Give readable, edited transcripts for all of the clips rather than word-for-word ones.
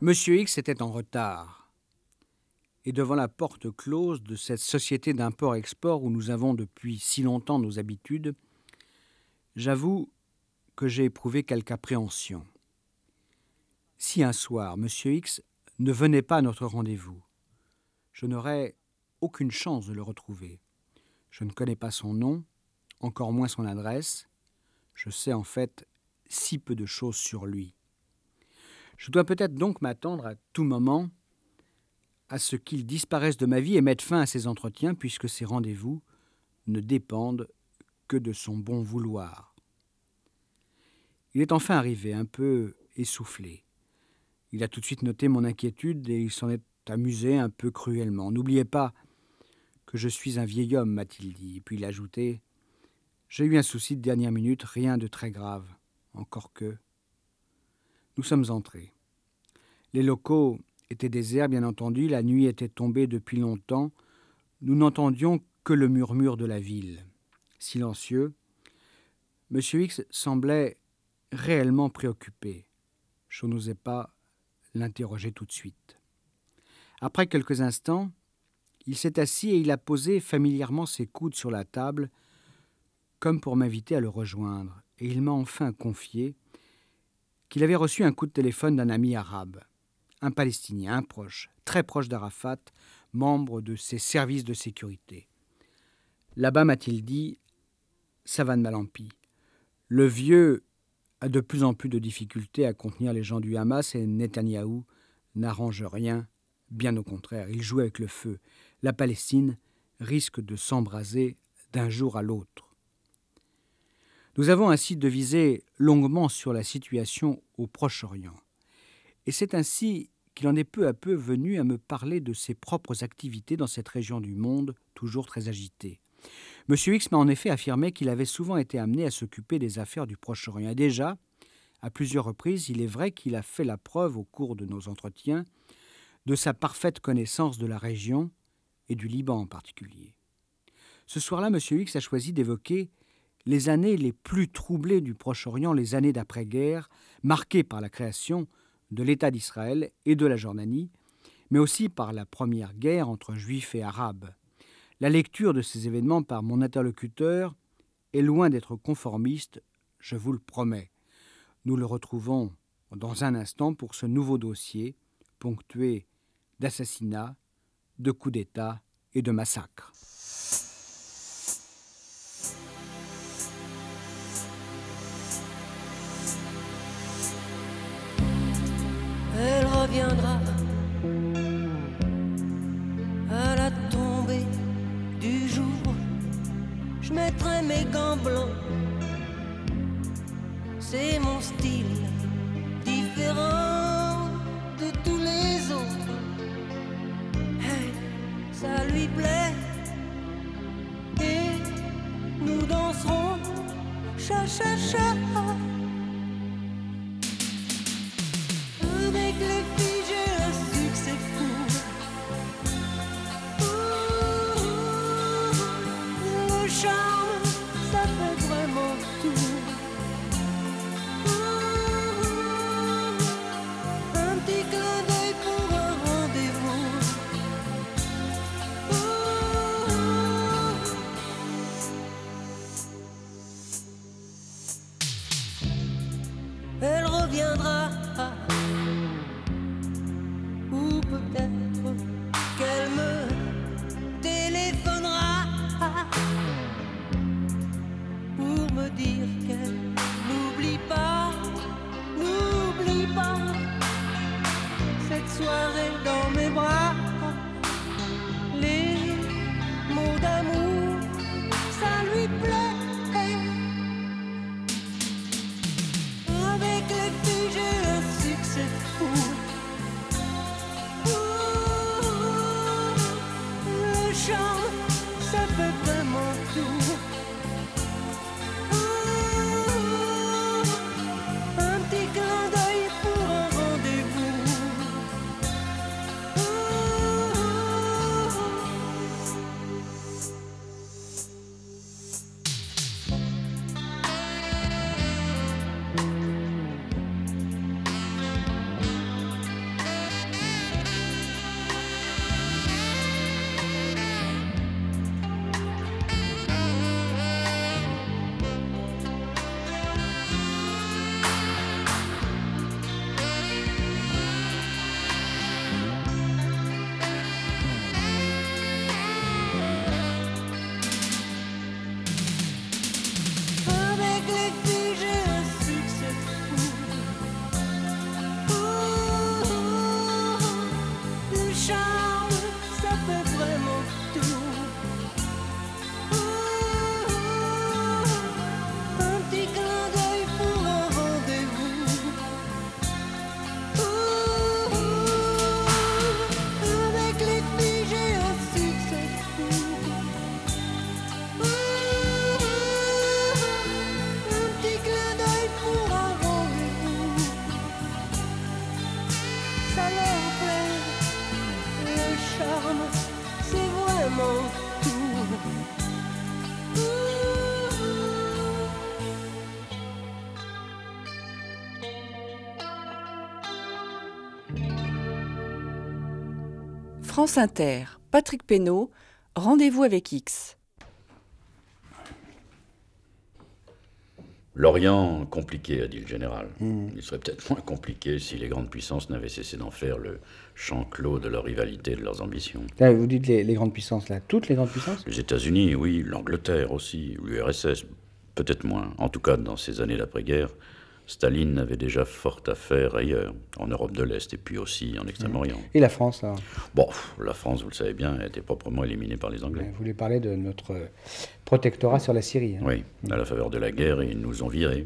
Monsieur X était en retard. Et devant la porte close de cette société d'import-export où nous avons depuis si longtemps nos habitudes, j'avoue que j'ai éprouvé quelque appréhension. Si un soir, Monsieur X ne venait pas à notre rendez-vous, je n'aurais aucune chance de le retrouver. Je ne connais pas son nom, encore moins son adresse. Je sais en fait si peu de choses sur lui. Je dois peut-être donc m'attendre à tout moment à ce qu'il disparaisse de ma vie et mette fin à ses entretiens, puisque ces rendez-vous ne dépendent que de son bon vouloir. Il est enfin arrivé, un peu essoufflé. Il a tout de suite noté mon inquiétude et il s'en est amusé un peu cruellement. « N'oubliez pas que je suis un vieil homme, m'a-t-il dit. » Et puis il a ajouté « J'ai eu un souci de dernière minute, rien de très grave. Encore que... » Nous sommes entrés. Les locaux étaient déserts, bien entendu. La nuit était tombée depuis longtemps. Nous n'entendions que le murmure de la ville. Silencieux, M. X semblait réellement préoccupé. Je n'osais pas l'interroger tout de suite. Après quelques instants, il s'est assis et il a posé familièrement ses coudes sur la table, comme pour m'inviter à le rejoindre. Et il m'a enfin confié qu'il avait reçu un coup de téléphone d'un ami arabe, un Palestinien, un proche, très proche d'Arafat, membre de ses services de sécurité. Là-bas, m'a-t-il dit, ça va de mal en pis. Le vieux a de plus en plus de difficultés à contenir les gens du Hamas et Netanyahou n'arrange rien, bien au contraire, il joue avec le feu. La Palestine risque de s'embraser d'un jour à l'autre. Nous avons ainsi devisé longuement sur la situation au Proche-Orient. Et c'est ainsi qu'il en est peu à peu venu à me parler de ses propres activités dans cette région du monde, toujours très agitée. Monsieur X m'a en effet affirmé qu'il avait souvent été amené à s'occuper des affaires du Proche-Orient. Et déjà, à plusieurs reprises, il est vrai qu'il a fait la preuve au cours de nos entretiens de sa parfaite connaissance de la région et du Liban en particulier. Ce soir-là, Monsieur X a choisi d'évoquer les années les plus troublées du Proche-Orient, les années d'après-guerre, marquées par la création de l'État d'Israël et de la Jordanie, mais aussi par la première guerre entre Juifs et Arabes. La lecture de ces événements par mon interlocuteur est loin d'être conformiste, je vous le promets. Nous le retrouvons dans un instant pour ce nouveau dossier, ponctué d'assassinats, de coups d'État et de massacres. Elle reviendra à la tombée du jour. Je mettrai mes gants blancs. C'est mon style différent de tous les autres. Hey, ça lui plaît. Et nous danserons cha-cha-cha. Avec les filles, j'ai un succès fou. Le charme, ça fait vraiment tout. Un petit clin d'œil pour un rendez-vous. Elle reviendra. Ou peut-être qu'elle me téléphonera pour me dire qu'elle n'oublie pas cette soirée dans mes bras. Les mots d'amour, ça lui plaît. Avec les filles, j'ai un succès fou. Le charme, ça fait vraiment tout. Un petit clin d'œil pour un rendez-vous. France Inter, Patrick Pénaud, Rendez-vous avec X. L'Orient, compliqué, a dit le général. Il serait peut-être moins compliqué si les grandes puissances n'avaient cessé d'en faire le champ clos de leur rivalité et de leurs ambitions. Là, vous dites les grandes puissances, là, toutes les grandes puissances? Les États-Unis, oui, l'Angleterre aussi, l'URSS, peut-être moins. En tout cas, dans ces années d'après-guerre, Staline avait déjà fort à faire ailleurs, en Europe de l'Est et puis aussi en Extrême-Orient. Et la France, là? Bon, la France, vous le savez bien, a été proprement éliminée par les Anglais. Vous voulez parler de notre protectorat sur la Syrie, hein? Oui, à la faveur de la guerre, ils nous ont virés.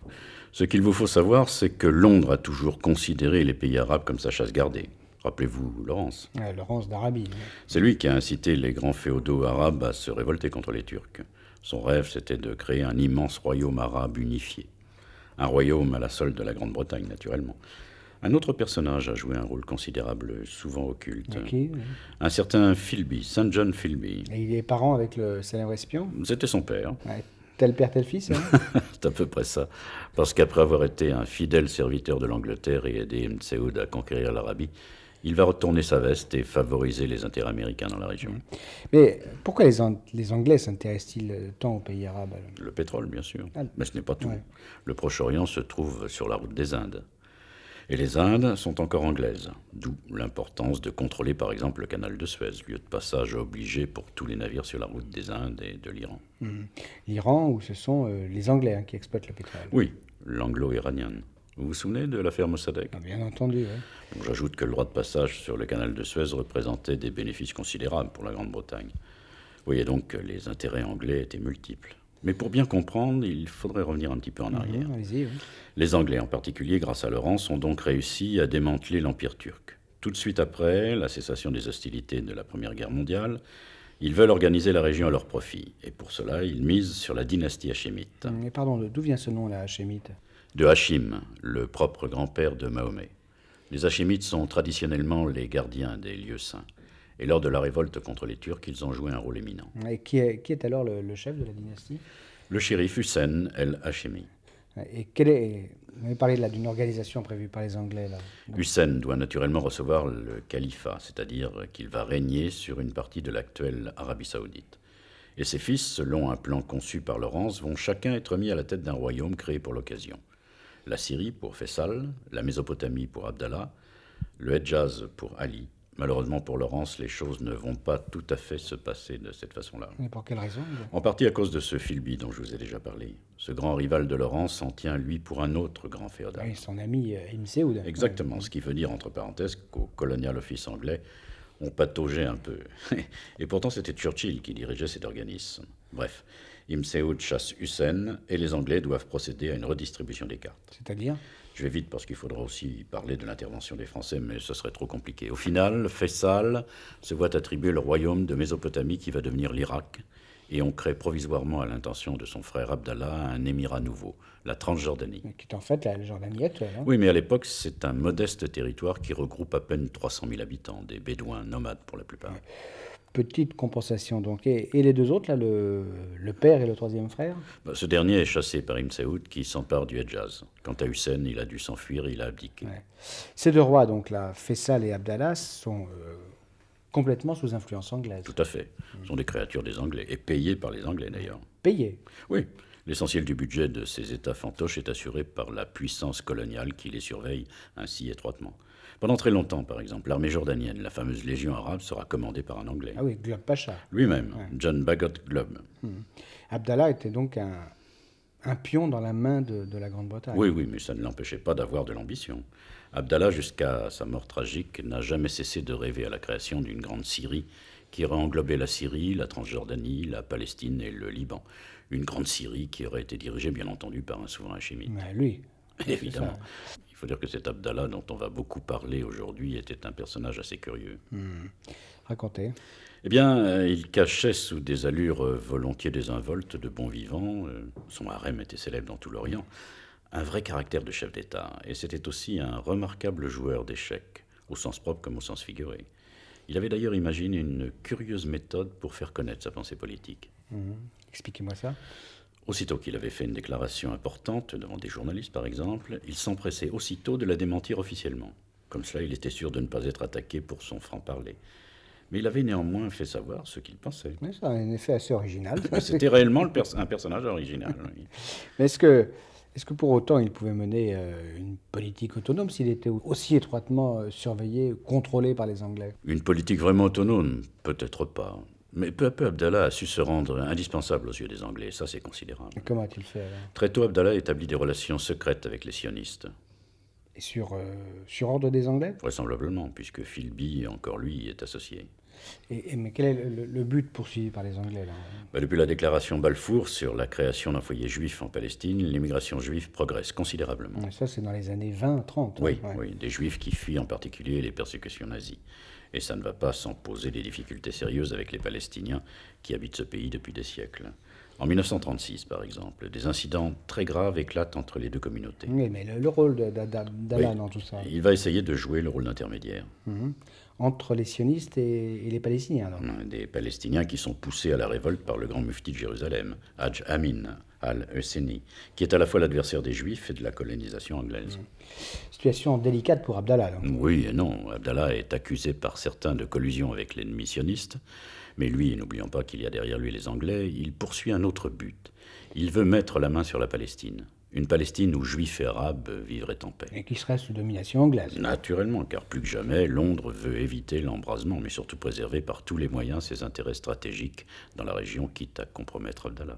Ce qu'il vous faut savoir, c'est que Londres a toujours considéré les pays arabes comme sa chasse gardée. Rappelez-vous Laurence. Laurence d'Arabie. C'est lui qui a incité les grands féodaux arabes à se révolter contre les Turcs. Son rêve, c'était de créer un immense royaume arabe unifié. Un royaume à la solde de la Grande-Bretagne, naturellement. Un autre personnage a joué un rôle considérable, souvent occulte. Okay. Un certain Philby, St. John Philby. Et il est parent avec le célèbre espion? C'était son père. Ouais. Tel père, tel fils, hein? C'est à peu près ça. Parce qu'après avoir été un fidèle serviteur de l'Angleterre et aidé Ibn Saoud à conquérir l'Arabie, il va retourner sa veste et favoriser les intérêts américains dans la région. Mais pourquoi les Anglais s'intéressent-ils tant aux pays arabes, alors? Le pétrole, bien sûr. Mais ce n'est pas tout. Ouais. Le Proche-Orient se trouve sur la route des Indes. Et les Indes sont encore anglaises, d'où l'importance de contrôler par exemple le canal de Suez, lieu de passage obligé pour tous les navires sur la route des Indes et de l'Iran. L'Iran, où ce sont les Anglais qui exploitent le pétrole. Oui, l'anglo-iranien. Vous vous souvenez de l'affaire Mossadegh? Bien entendu, oui. Bon, j'ajoute que le droit de passage sur le canal de Suez représentait des bénéfices considérables pour la Grande-Bretagne. Vous voyez donc que les intérêts anglais étaient multiples. Mais pour bien comprendre, il faudrait revenir un petit peu en arrière. Allez-y, oui. Les Anglais, en particulier, grâce à Laurence, ont donc réussi à démanteler l'Empire turc. Tout de suite après la cessation des hostilités de la Première Guerre mondiale, ils veulent organiser la région à leur profit. Et pour cela, ils misent sur la dynastie hachémite. Mais pardon, d'où vient ce nom, la hachémite? De Hachim, le propre grand-père de Mahomet. Les hachémites sont traditionnellement les gardiens des lieux saints. Et lors de la révolte contre les Turcs, ils ont joué un rôle éminent. Et qui est alors le chef de la dynastie? Le shérif Hussein el-Hachemi. Et vous avez parlé d'une organisation prévue par les Anglais, là. Hussein doit naturellement recevoir le califat, c'est-à-dire qu'il va régner sur une partie de l'actuelle Arabie saoudite. Et ses fils, selon un plan conçu par Laurence, vont chacun être mis à la tête d'un royaume créé pour l'occasion. La Syrie pour Faisal, la Mésopotamie pour Abdallah, le Hedjaz pour Ali. Malheureusement pour Laurence, les choses ne vont pas tout à fait se passer de cette façon-là. Et pour quelle raison? En partie à cause de ce Philby dont je vous ai déjà parlé. Ce grand rival de Laurence en tient, lui, pour un autre grand féodal. Oui, son ami Ibn Saoud. Exactement, ce qui veut dire, entre parenthèses, qu'au Colonial Office anglais, on pataugeait un peu. Et pourtant, c'était Churchill qui dirigeait cet organisme. Bref, Ibn Saoud chasse Hussein et les Anglais doivent procéder à une redistribution des cartes. C'est-à-dire? Je vais vite parce qu'il faudra aussi parler de l'intervention des Français, mais ce serait trop compliqué. Au final, Faisal se voit attribuer le royaume de Mésopotamie qui va devenir l'Irak, et on crée provisoirement à l'intention de son frère Abdallah un émirat nouveau, la Transjordanie. Qui est en fait la Jordanie actuelle. Hein? Oui, mais à l'époque, c'est un modeste territoire qui regroupe à peine 300 000 habitants, des bédouins nomades pour la plupart. Ouais. Petite compensation donc. Et les deux autres, là, le père et le troisième frère? Ce dernier est chassé par Ibn Saoud qui s'empare du Hedjaz. Quant à Hussein, il a dû s'enfuir, il a abdiqué. Ouais. Ces deux rois, donc là, Faisal et Abdallah, sont complètement sous influence anglaise. Tout à fait. Ce sont des créatures des Anglais, et payées par les Anglais d'ailleurs. Payées? Oui. L'essentiel du budget de ces États fantoches est assuré par la puissance coloniale qui les surveille ainsi étroitement. Pendant très longtemps, par exemple, l'armée jordanienne, la fameuse Légion arabe, sera commandée par un Anglais. Ah oui, Glubb Pacha. Lui-même, ouais. John Bagot Glubb. Abdallah était donc un pion dans la main de la Grande-Bretagne. Oui, mais ça ne l'empêchait pas d'avoir de l'ambition. Abdallah, jusqu'à sa mort tragique, n'a jamais cessé de rêver à la création d'une grande Syrie qui aurait englobé la Syrie, la Transjordanie, la Palestine et le Liban. Une grande Syrie qui aurait été dirigée, bien entendu, par un souverain hachémite. Lui. Évidemment. Il faut dire que cet Abdallah, dont on va beaucoup parler aujourd'hui, était un personnage assez curieux. Racontez. Eh bien, il cachait sous des allures volontiers désinvoltes de bon vivant, son harem était célèbre dans tout l'Orient, un vrai caractère de chef d'État. Et c'était aussi un remarquable joueur d'échecs, au sens propre comme au sens figuré. Il avait d'ailleurs imaginé une curieuse méthode pour faire connaître sa pensée politique. Expliquez-moi ça. Aussitôt qu'il avait fait une déclaration importante, devant des journalistes par exemple, il s'empressait aussitôt de la démentir officiellement. Comme cela, il était sûr de ne pas être attaqué pour son franc-parler. Mais il avait néanmoins fait savoir ce qu'il pensait. Oui, c'est un effet assez original. C'était réellement un personnage original. Oui. Mais est-ce que pour autant il pouvait mener une politique autonome s'il était aussi étroitement surveillé, contrôlé par les Anglais? Une politique vraiment autonome? Peut-être pas. Mais peu à peu, Abdallah a su se rendre indispensable aux yeux des Anglais. Ça, c'est considérable. Et comment a-t-il fait alors? Très tôt, Abdallah établit des relations secrètes avec les sionistes. Et sur ordre des Anglais? Vraisemblablement, puisque Philby, encore lui, est associé. Mais quel est le but poursuivi par les Anglais là? Depuis la déclaration Balfour sur la création d'un foyer juif en Palestine, l'immigration juive progresse considérablement. Ouais, ça, c'est dans les années 20-30. Oui, hein, ouais. oui, des juifs qui fuient en particulier les persécutions nazies. Et ça ne va pas sans poser des difficultés sérieuses avec les Palestiniens qui habitent ce pays depuis des siècles. En 1936, par exemple, des incidents très graves éclatent entre les deux communautés. Oui, mais le rôle d'Allah Oui. dans tout ça, Il va essayer de jouer le rôle d'intermédiaire. entre les sionistes et les Palestiniens. Donc. Des Palestiniens qui sont poussés à la révolte par le grand mufti de Jérusalem, Hadj Amin al-Husseini, qui est à la fois l'adversaire des Juifs et de la colonisation anglaise. Situation délicate pour Abdallah. Donc. Oui et non. Abdallah est accusé par certains de collusion avec l'ennemi sioniste, mais lui, n'oublions pas qu'il y a derrière lui les Anglais, il poursuit un autre but. Il veut mettre la main sur la Palestine. Une Palestine où Juifs et Arabes vivraient en paix. Et qui serait sous domination anglaise. Naturellement, car plus que jamais, Londres veut éviter l'embrasement, mais surtout préserver par tous les moyens ses intérêts stratégiques dans la région, quitte à compromettre Abdallah.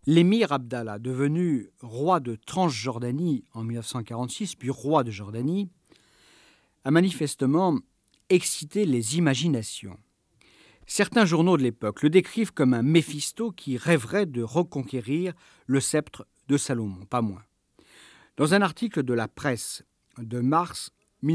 L'émir Abdallah, devenu roi de Transjordanie en 1946, puis roi de Jordanie, a manifestement excité les imaginations. Certains journaux de l'époque le décrivent comme un Méphisto qui rêverait de reconquérir le sceptre de Salomon, pas moins. Dans un article de la presse de mars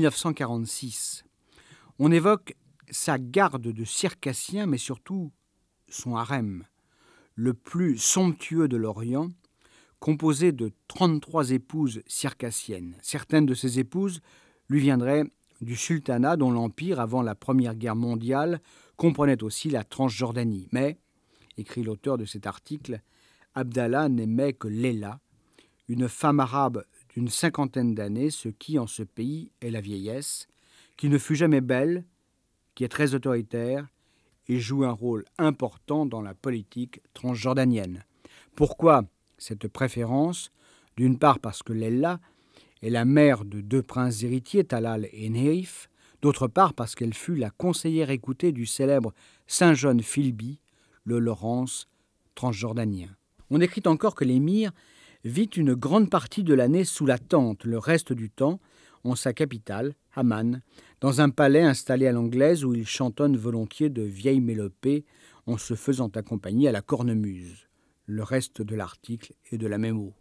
1946, on évoque sa garde de circassiens, mais surtout son harem, le plus somptueux de l'Orient, composé de 33 épouses circassiennes. Certaines de ces épouses lui viendraient du sultanat dont l'empire, avant la Première Guerre mondiale, comprenait aussi la Transjordanie. Mais, écrit l'auteur de cet article, Abdallah n'aimait que Léla, une femme arabe d'une 50aine d'années, ce qui, en ce pays, est la vieillesse, qui ne fut jamais belle, qui est très autoritaire et joue un rôle important dans la politique transjordanienne. Pourquoi cette préférence? D'une part parce que Léla est la mère de 2 princes héritiers, Talal et Neif, d'autre part parce qu'elle fut la conseillère écoutée du célèbre Saint John Philby, le Laurence transjordanien. On écrit encore que l'émir vit une grande partie de l'année sous la tente, le reste du temps en sa capitale, Amman, dans un palais installé à l'anglaise où il chantonne volontiers de vieilles mélopées en se faisant accompagner à la cornemuse. Le reste de l'article est de la même eau.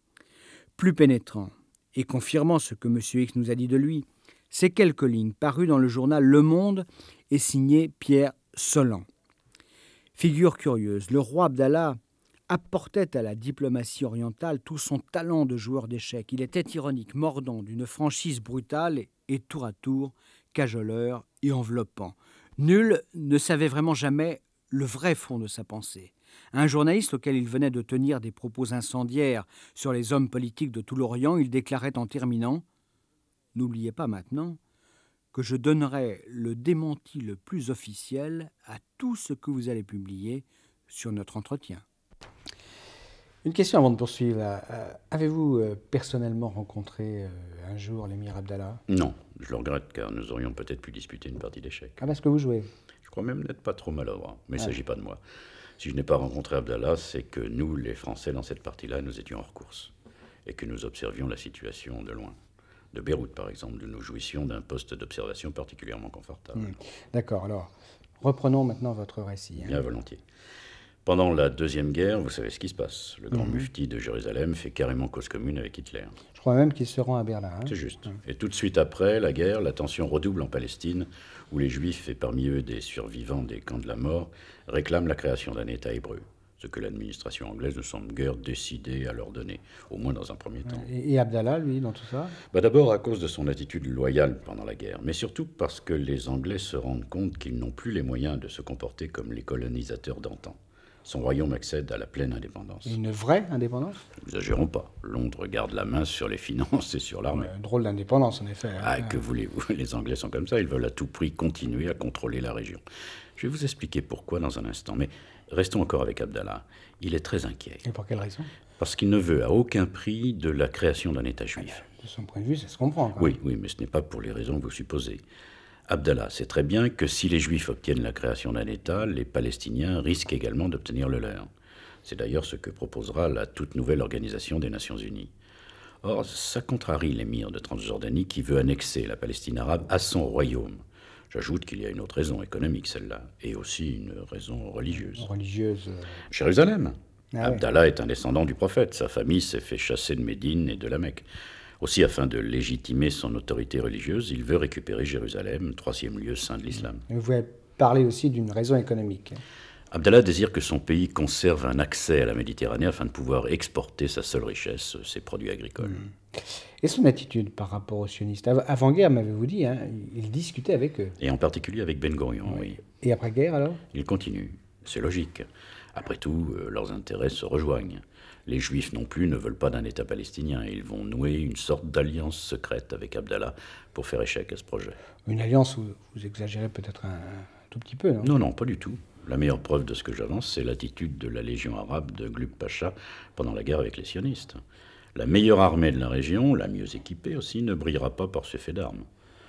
Plus pénétrant, et confirmant ce que M. X nous a dit de lui, ces quelques lignes parues dans le journal Le Monde et signées Pierre Solan. Figure curieuse, le roi Abdallah apportait à la diplomatie orientale tout son talent de joueur d'échecs. Il était ironique, mordant, d'une franchise brutale et tour à tour cajoleur et enveloppant. Nul ne savait vraiment jamais le vrai fond de sa pensée. Un journaliste auquel il venait de tenir des propos incendiaires sur les hommes politiques de tout l'Orient, il déclarait en terminant « N'oubliez pas maintenant que je donnerai le démenti le plus officiel à tout ce que vous allez publier sur notre entretien. » Une question avant de poursuivre. Avez-vous personnellement rencontré un jour l'émir Abdallah? Non, je le regrette car nous aurions peut-être pu disputer une partie d'échecs. Ah, parce que vous jouez? Je crois même n'être pas trop maladroit, mais il ne s'agit pas de moi. Si je n'ai pas rencontré Abdallah, c'est que nous, les Français, dans cette partie-là, nous étions hors course et que nous observions la situation de loin. De Beyrouth, par exemple, où nous jouissions d'un poste d'observation particulièrement confortable. D'accord, alors, reprenons maintenant votre récit. Bien volontiers. Pendant la Deuxième Guerre, vous savez ce qui se passe. Le grand mufti de Jérusalem fait carrément cause commune avec Hitler. Je crois même qu'il se rend à Berlin. C'est juste. Et tout de suite après la guerre, la tension redouble en Palestine, où les Juifs, et parmi eux des survivants des camps de la mort, réclament la création d'un État hébreu, ce que l'administration anglaise ne semble guère décidée à leur donner, au moins dans un premier temps. Et Abdallah, lui, dans tout ça? D'abord à cause de son attitude loyale pendant la guerre, mais surtout parce que les Anglais se rendent compte qu'ils n'ont plus les moyens de se comporter comme les colonisateurs d'antan. Son royaume accède à la pleine indépendance. Une vraie indépendance? N'exagérons pas. Londres garde la main sur les finances et sur l'armée. Drôle d'indépendance, en effet. Que voulez-vous? Les Anglais sont comme ça. Ils veulent à tout prix continuer à contrôler la région. Je vais vous expliquer pourquoi dans un instant. Mais restons encore avec Abdallah. Il est très inquiet. Et pour quelle raison? Parce qu'il ne veut à aucun prix de la création d'un État juif. De son point de vue, ça se comprend. Oui, mais ce n'est pas pour les raisons que vous supposez. Abdallah sait très bien que si les Juifs obtiennent la création d'un État, les Palestiniens risquent également d'obtenir le leur. C'est d'ailleurs ce que proposera la toute nouvelle organisation des Nations Unies. Or, ça contrarie l'émir de Transjordanie qui veut annexer la Palestine arabe à son royaume. J'ajoute qu'il y a une autre raison économique, celle-là, et aussi une raison religieuse. Religieuse. Jérusalem. Abdallah est un descendant du prophète. Sa famille s'est fait chasser de Médine et de la Mecque. Aussi, afin de légitimer son autorité religieuse, il veut récupérer Jérusalem, 3e lieu saint de l'islam. Vous avez parlé aussi d'une raison économique. Abdallah désire que son pays conserve un accès à la Méditerranée afin de pouvoir exporter sa seule richesse, ses produits agricoles. Et son attitude par rapport aux sionistes? Avant-guerre, m'avez-vous dit, il discutait avec eux. Et en particulier avec Ben Gurion, oui. Et après-guerre, alors? Il continue. C'est logique. Après tout, leurs intérêts se rejoignent. Les Juifs non plus ne veulent pas d'un État palestinien. Ils vont nouer une sorte d'alliance secrète avec Abdallah pour faire échec à ce projet. Une alliance où vous exagérez peut-être un tout petit peu, non? Non, pas du tout. La meilleure preuve de ce que j'avance, c'est l'attitude de la Légion arabe de Gluck Pacha pendant la guerre avec les sionistes. La meilleure armée de la région, la mieux équipée aussi, ne brillera pas par ses faits d'armes.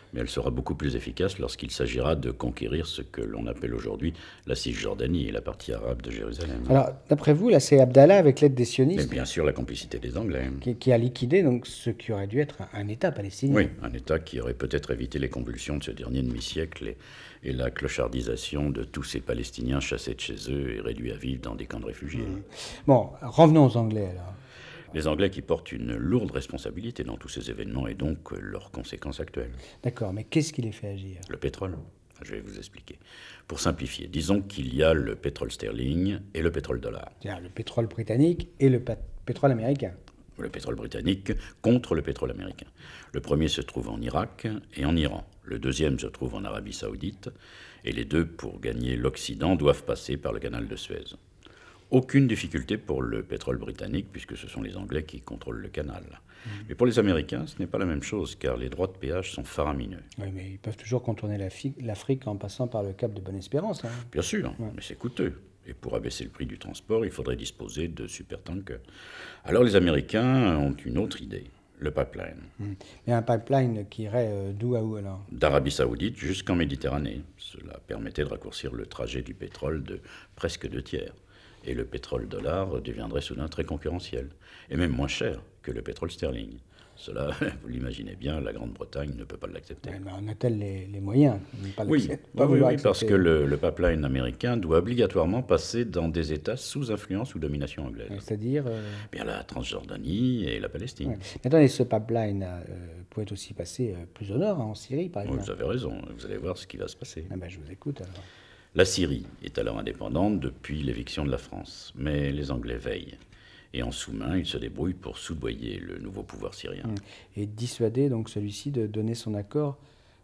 mais elle sera beaucoup plus efficace lorsqu'il s'agira de conquérir ce que l'on appelle aujourd'hui la Cisjordanie et la partie arabe de Jérusalem. Alors, d'après vous, là, c'est Abdallah, avec l'aide des Mais sionistes, bien sûr la complicité des Anglais. qui a liquidé donc, ce qui aurait dû être un État palestinien. Oui, un État qui aurait peut-être évité les convulsions de ce dernier demi-siècle et la clochardisation de tous ces Palestiniens chassés de chez eux et réduits à vivre dans des camps de réfugiés. Bon, revenons aux Anglais, alors. Les Anglais qui portent une lourde responsabilité dans tous ces événements et donc leurs conséquences actuelles. D'accord, mais qu'est-ce qui les fait agir? Le pétrole, je vais vous expliquer. Pour simplifier, disons qu'il y a le pétrole sterling et le pétrole dollar. C'est-à-dire le pétrole britannique et le pétrole américain. Le pétrole britannique contre le pétrole américain. Le premier se trouve en Irak et en Iran. Le deuxième se trouve en Arabie Saoudite. Et les deux, pour gagner l'Occident, doivent passer par le canal de Suez. Aucune difficulté pour le pétrole britannique, puisque ce sont les Anglais qui contrôlent le canal. Mais pour les Américains, ce n'est pas la même chose, car les droits de péage sont faramineux. Oui, mais ils peuvent toujours contourner l'Afrique en passant par le cap de Bonne-Espérance. Hein. Bien sûr, mais c'est coûteux. Et pour abaisser le prix du transport, il faudrait disposer de supertankers. Alors les Américains ont une autre idée, le pipeline. Et un pipeline qui irait d'où à où alors? D'Arabie Saoudite jusqu'en Méditerranée. Cela permettait de raccourcir le trajet du pétrole de presque 2/3. Et le pétrole dollar deviendrait soudain très concurrentiel, et même moins cher que le pétrole sterling. Cela, vous l'imaginez bien, la Grande-Bretagne ne peut pas l'accepter. Ouais, mais en a-t-elle les moyens de ne pas Oui, l'accepter, oui, pas vouloir parce accepter? que le pipeline américain doit obligatoirement passer dans des États sous influence ou domination anglaise. C'est-à-dire... Bien la Transjordanie et la Palestine. ouais. Mais attendez, ce pipeline pourrait aussi passer plus au nord, hein, en Syrie par Oui, exemple. vous avez raison, vous allez voir ce qui va se passer. Ah ben, je vous écoute alors. La Syrie est alors indépendante depuis l'éviction de la France, mais les Anglais veillent. Et en sous-main, ils se débrouillent pour soudoyer le nouveau pouvoir syrien. Et dissuader donc celui-ci de donner son accord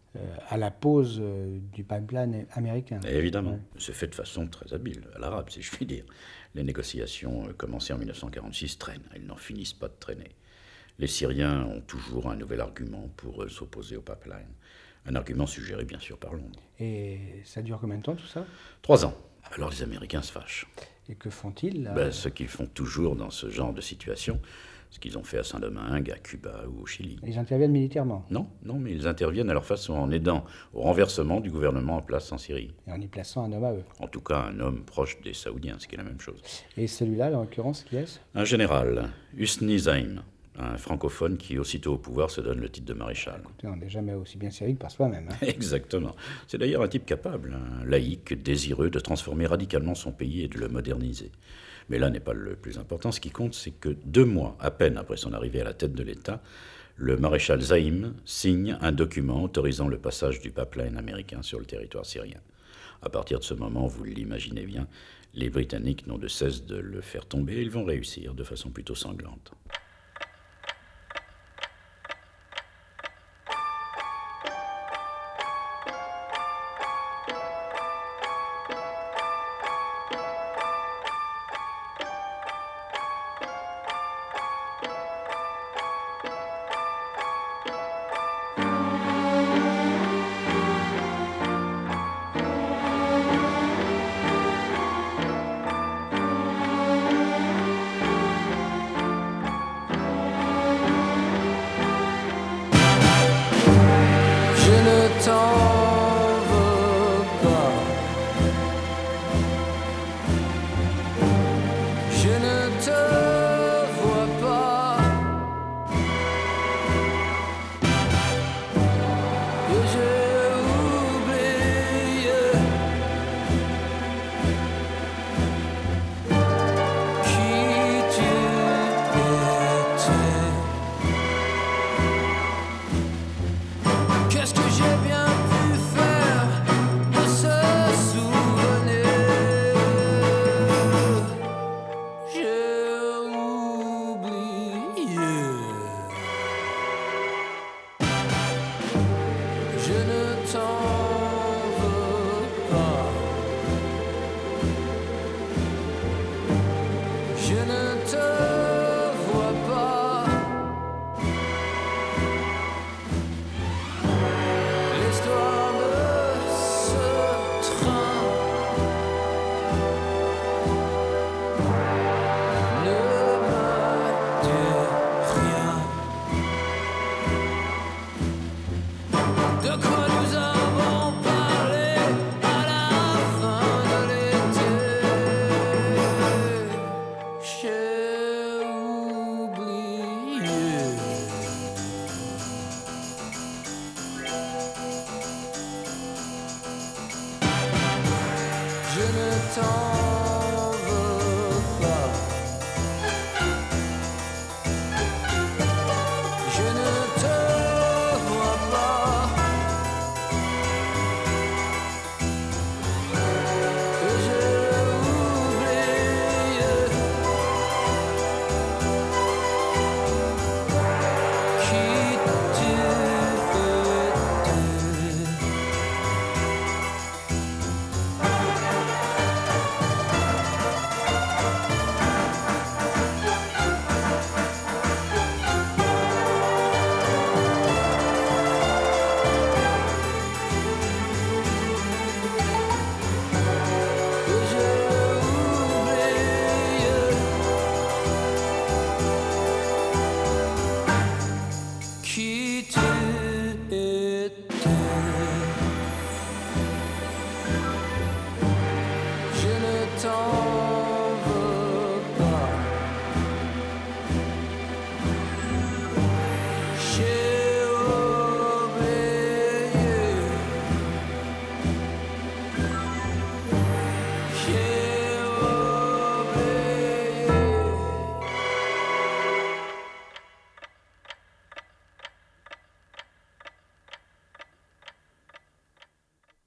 à la pause du pipeline américain. Et évidemment, c'est fait de façon très habile, à l'arabe si je puis dire. Les négociations commencées en 1946 traînent, elles n'en finissent pas de traîner. Les Syriens ont toujours un nouvel argument pour s'opposer au pipeline. Un argument suggéré bien sûr par Londres. Et ça dure combien de temps tout ça? 3 ans. Alors les Américains se fâchent. Et que font-ils là? Ben, ce qu'ils font toujours dans ce genre de situation, ce qu'ils ont fait à Saint-Domingue, à Cuba ou au Chili. Ils interviennent militairement Non, mais ils interviennent à leur façon en aidant au renversement du gouvernement en place en Syrie. et en y plaçant un homme à eux. En tout cas, un homme proche des Saoudiens, ce qui est la même chose. Et celui-là, en l'occurrence, qui est-ce? Un général, Husni Zaim, un francophone qui, aussitôt au pouvoir, se donne le titre de maréchal. On n'est jamais aussi bien servi que par soi-même. Hein. Exactement. C'est d'ailleurs un type capable, un laïc, désireux de transformer radicalement son pays et de le moderniser. Mais là n'est pas le plus important. Ce qui compte, c'est que 2 mois à peine après son arrivée à la tête de l'État, le maréchal Zaim signe un document autorisant le passage du pipeline américain sur le territoire syrien. À partir de ce moment, vous l'imaginez bien, les Britanniques n'ont de cesse de le faire tomber et ils vont réussir de façon plutôt sanglante.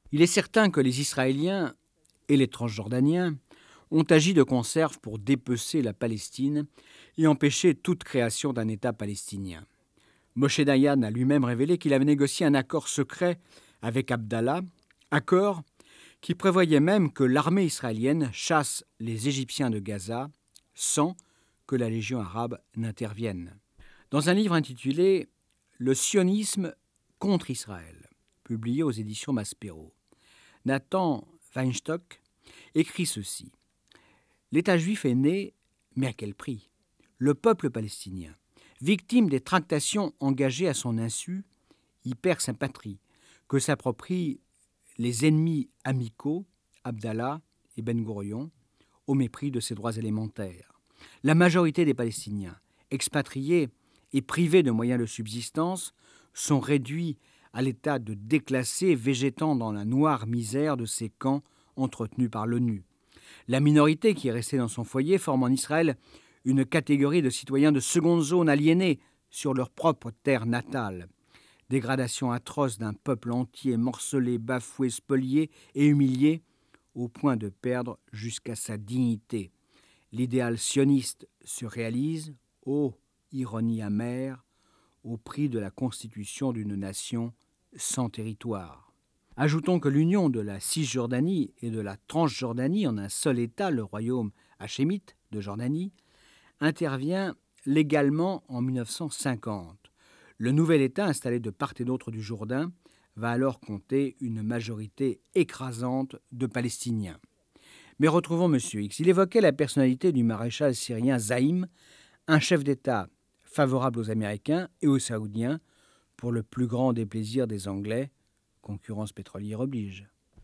Il est certain que les Israéliens et les Transjordaniens ont agi de conserve pour dépecer la Palestine et empêcher toute création d'un État palestinien. Moshe Dayan a lui-même révélé qu'il avait négocié un accord secret avec Abdallah, accord qui prévoyait même que l'armée israélienne chasse les Égyptiens de Gaza sans que la Légion arabe n'intervienne. Dans un livre intitulé « Le sionisme contre Israël », publié aux éditions Maspero, Nathan Weinstock écrit ceci. « L'État juif est né, mais à quel prix ? Le peuple palestinien, victime des tractations engagées à son insu, y perd sa patrie, que s'approprient les ennemis amicaux, Abdallah et Ben Gourion, au mépris de ses droits élémentaires. La majorité des Palestiniens, expatriés et privés de moyens de subsistance, sont réduits à l'état de déclassés végétant dans la noire misère de ces camps entretenus par l'ONU. La minorité qui est restée dans son foyer forme en Israël une catégorie de citoyens de seconde zone aliénés sur leur propre terre natale. Dégradation atroce d'un peuple entier morcelé, bafoué, spolié et humilié au point de perdre jusqu'à sa dignité. L'idéal sioniste se réalise, ô ironie amère, au prix de la constitution d'une nation sans territoire. Ajoutons que l'union de la Cisjordanie et de la Transjordanie en un seul État, le royaume hachémite de Jordanie, intervient légalement en 1950. Le nouvel État, installé de part et d'autre du Jourdain, va alors compter une majorité écrasante de Palestiniens. Mais retrouvons M. X. Il évoquait la personnalité du maréchal syrien Zaïm, un chef d'État favorable aux Américains et aux Saoudiens, pour le plus grand déplaisir des Anglais, concurrence pétrolière oblige.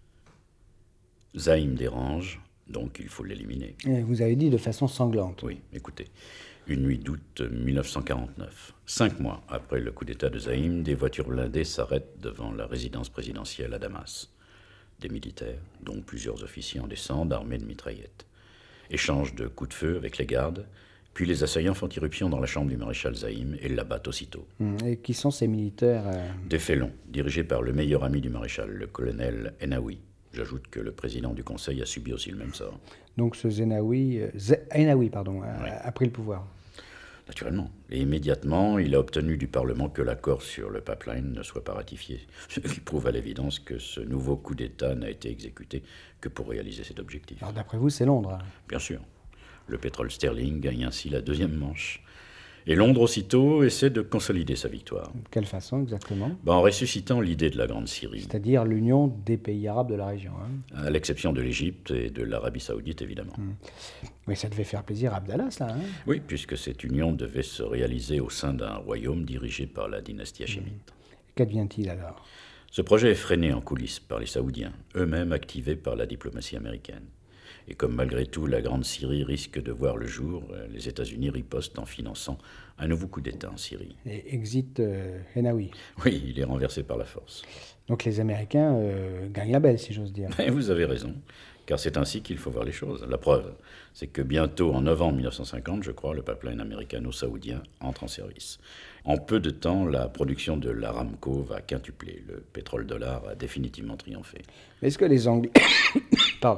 Zaïm dérange, donc il faut l'éliminer. Vous avez dit de façon sanglante. Oui, écoutez. Une nuit d'août 1949. 5 mois après le coup d'État de Zaïm, des voitures blindées s'arrêtent devant la résidence présidentielle à Damas. Des militaires, dont plusieurs officiers en descendent, armés de mitraillettes. Échange de coups de feu avec les gardes, puis les assaillants font irruption dans la chambre du maréchal Zaïm et l'abattent aussitôt. Et qui sont ces militaires Des félons, dirigés par le meilleur ami du maréchal, le colonel Enaoui. J'ajoute que le président du Conseil a subi aussi le même sort. Donc ce Enaoui a pris le pouvoir. Naturellement. Et immédiatement, il a obtenu du Parlement que l'accord sur le pipeline ne soit pas ratifié. Ce qui prouve à l'évidence que ce nouveau coup d'État n'a été exécuté que pour réaliser cet objectif. Alors d'après vous, c'est Londres. Bien sûr. Le pétrole sterling gagne ainsi la deuxième manche. Et Londres, aussitôt, essaie de consolider sa victoire. De quelle façon exactement ? En ressuscitant l'idée de la Grande Syrie. C'est-à-dire l'union des pays arabes de la région. À l'exception de l'Égypte et de l'Arabie Saoudite, évidemment. Mais ça devait faire plaisir à Abdallah, ça. Oui, puisque cette union devait se réaliser au sein d'un royaume dirigé par la dynastie hachémite. Qu'advient-il alors ? Ce projet est freiné en coulisses par les Saoudiens, eux-mêmes activés par la diplomatie américaine. Et comme malgré tout la Grande Syrie risque de voir le jour, les États-Unis ripostent en finançant un nouveau coup d'État en Syrie. Et exit Enaoui. Oui, il est renversé par la force. Donc les Américains gagnent la belle, si j'ose dire. Et vous avez raison, car c'est ainsi qu'il faut voir les choses. La preuve, c'est que bientôt, en novembre 1950, je crois, le pipeline américano-saoudien entre en service. En peu de temps, la production de l'Aramco va quintupler. Le pétrole-dollar a définitivement triomphé. Mais est-ce que les Anglais... Pardon.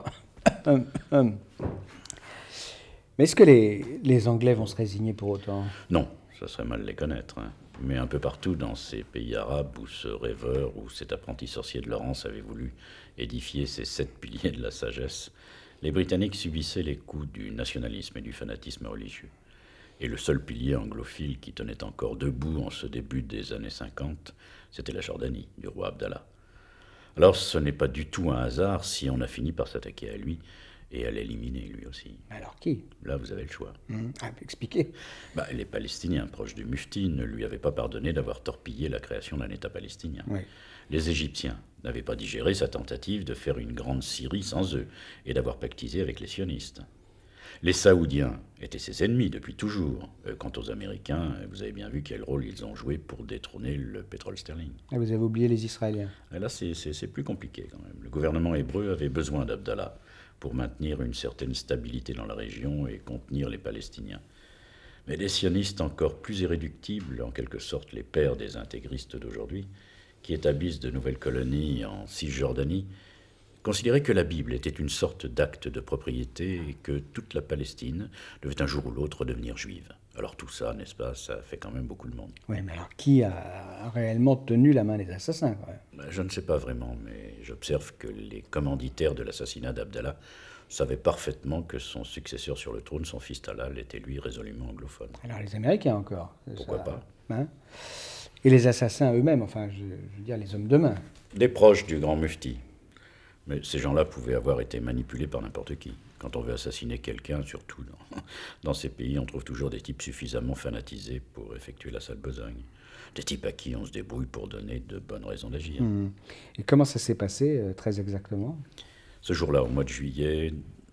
Mais est-ce que les Anglais vont se résigner pour autant ? Non, ça serait mal les connaître. Mais un peu partout dans ces pays arabes où ce rêveur ou cet apprenti sorcier de Laurence avait voulu édifier ces 7 piliers de la sagesse, les Britanniques subissaient les coups du nationalisme et du fanatisme religieux. Et le seul pilier anglophile qui tenait encore debout en ce début des années 50, c'était la Jordanie, du roi Abdallah. Alors ce n'est pas du tout un hasard si on a fini par s'attaquer à lui et à l'éliminer lui aussi. Alors qui ? Là, vous avez le choix. Expliquez. Les Palestiniens proches du Mufti ne lui avaient pas pardonné d'avoir torpillé la création d'un État palestinien. Oui. Les Égyptiens n'avaient pas digéré sa tentative de faire une grande Syrie sans eux et d'avoir pactisé avec les sionistes. Les Saoudiens étaient ses ennemis depuis toujours. Quant aux Américains, vous avez bien vu quel rôle ils ont joué pour détrôner le pétrole sterling. Et vous avez oublié les Israéliens. Et là, c'est plus compliqué quand même. Le gouvernement hébreu avait besoin d'Abdallah pour maintenir une certaine stabilité dans la région et contenir les Palestiniens. Mais les sionistes encore plus irréductibles, en quelque sorte les pères des intégristes d'aujourd'hui, qui établissent de nouvelles colonies en Cisjordanie, considéraient que la Bible était une sorte d'acte de propriété et que toute la Palestine devait un jour ou l'autre devenir juive. Alors tout ça, n'est-ce pas, ça fait quand même beaucoup de monde. Oui, mais alors qui a réellement tenu la main des assassins quand même? Je ne sais pas vraiment, mais j'observe que les commanditaires de l'assassinat d'Abdallah savaient parfaitement que son successeur sur le trône, son fils Talal, était lui résolument anglophone. Alors les Américains encore. Pourquoi pas? Hein? Et les assassins eux-mêmes, enfin je veux dire les hommes de main. Des proches du grand mufti. Mais ces gens-là pouvaient avoir été manipulés par n'importe qui. Quand on veut assassiner quelqu'un, surtout dans ces pays, on trouve toujours des types suffisamment fanatisés pour effectuer la sale besogne. Des types à qui on se débrouille pour donner de bonnes raisons d'agir. Et comment ça s'est passé très exactement? Ce jour-là, au mois de juillet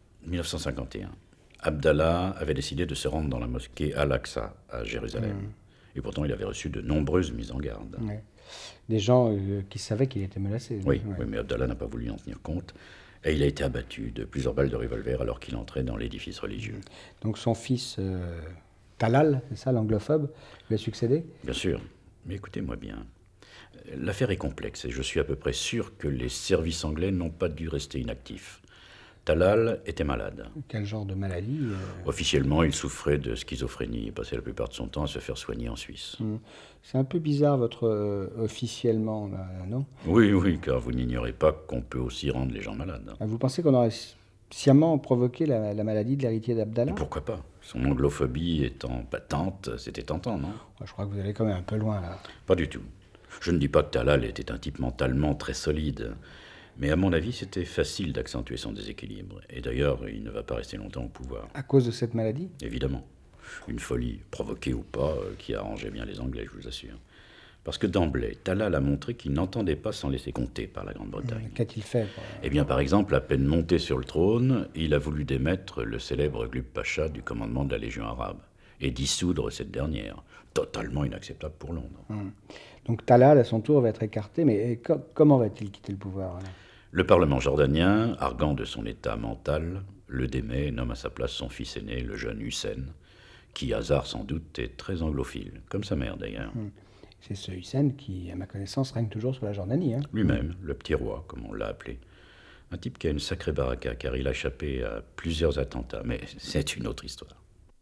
1951, Abdallah avait décidé de se rendre dans la mosquée Al-Aqsa à Jérusalem. Et pourtant, il avait reçu de nombreuses mises en garde. Ouais. Des gens qui savaient qu'il était menacé. Oui, mais Abdallah n'a pas voulu en tenir compte. Et il a été abattu de plusieurs balles de revolver alors qu'il entrait dans l'édifice religieux. Donc son fils Talal, c'est ça, l'anglophobe, lui a succédé? Bien sûr. Mais écoutez-moi bien. L'affaire est complexe et je suis à peu près sûr que les services anglais n'ont pas dû rester inactifs. Talal était malade. Quel genre de maladie Officiellement, il souffrait de schizophrénie et passait la plupart de son temps à se faire soigner en Suisse. C'est un peu bizarre votre officiellement, là, non? Oui, car vous n'ignorez pas qu'on peut aussi rendre les gens malades. Vous pensez qu'on aurait sciemment provoqué la maladie de l'héritier d'Abdallah? Pourquoi pas? Son anglophobie étant patente, c'était tentant, non? Je crois que vous allez quand même un peu loin, là. Pas du tout. Je ne dis pas que Talal était un type mentalement très solide. Mais à mon avis, c'était facile d'accentuer son déséquilibre. Et d'ailleurs, il ne va pas rester longtemps au pouvoir. À cause de cette maladie? Évidemment. Une folie, provoquée ou pas, qui arrangeait bien les Anglais, je vous assure. Parce que d'emblée, Talal a montré qu'il n'entendait pas s'en laisser compter par la Grande-Bretagne. Qu'a-t-il fait? Eh bien, par exemple, à peine monté sur le trône, il a voulu démettre le célèbre Glubb Pacha du commandement de la Légion arabe et dissoudre cette dernière. Totalement inacceptable pour Londres. Donc Talal, à son tour, va être écarté, mais comment va-t-il quitter le pouvoir là? Le Parlement jordanien, arguant de son état mental, le démet et nomme à sa place son fils aîné, le jeune Hussein, qui, hasard sans doute, est très anglophile, comme sa mère d'ailleurs. C'est ce Hussein qui, à ma connaissance, règne toujours sur la Jordanie. Lui-même, le petit roi, comme on l'a appelé. Un type qui a une sacrée baraka, car il a échappé à plusieurs attentats, mais c'est une autre histoire.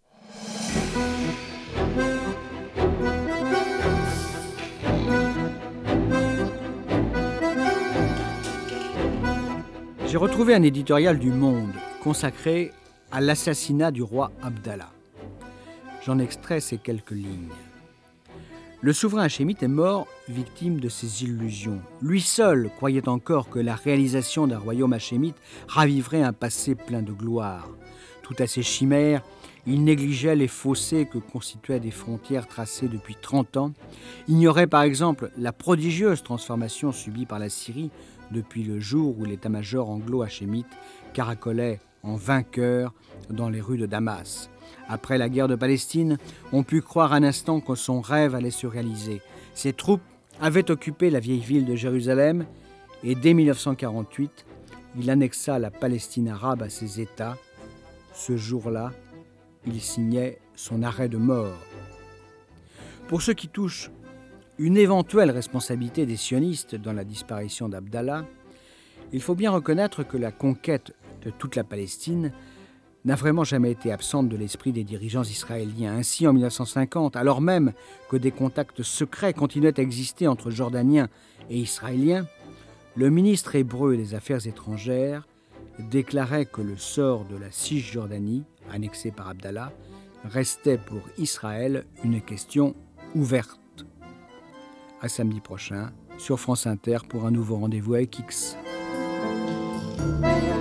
J'ai retrouvé un éditorial du Monde consacré à l'assassinat du roi Abdallah. J'en extrais ces quelques lignes. Le souverain hachémite est mort victime de ses illusions. Lui seul croyait encore que la réalisation d'un royaume hachémite raviverait un passé plein de gloire. Tout à ses chimères, il négligeait les fossés que constituaient des frontières tracées depuis 30 ans, ignorait par exemple la prodigieuse transformation subie par la Syrie depuis le jour où l'état-major anglo-hachémite caracolait en vainqueur dans les rues de Damas. Après la guerre de Palestine, on put croire un instant que son rêve allait se réaliser. Ses troupes avaient occupé la vieille ville de Jérusalem et dès 1948, il annexa la Palestine arabe à ses États. Ce jour-là, il signait son arrêt de mort. Pour ce qui touche une éventuelle responsabilité des sionistes dans la disparition d'Abdallah, il faut bien reconnaître que la conquête de toute la Palestine n'a vraiment jamais été absente de l'esprit des dirigeants israéliens. Ainsi, en 1950, alors même que des contacts secrets continuaient à exister entre Jordaniens et Israéliens, le ministre hébreu des Affaires étrangères déclarait que le sort de la Cisjordanie, annexée par Abdallah, restait pour Israël une question ouverte. À samedi prochain, sur France Inter, pour un nouveau rendez-vous avec X.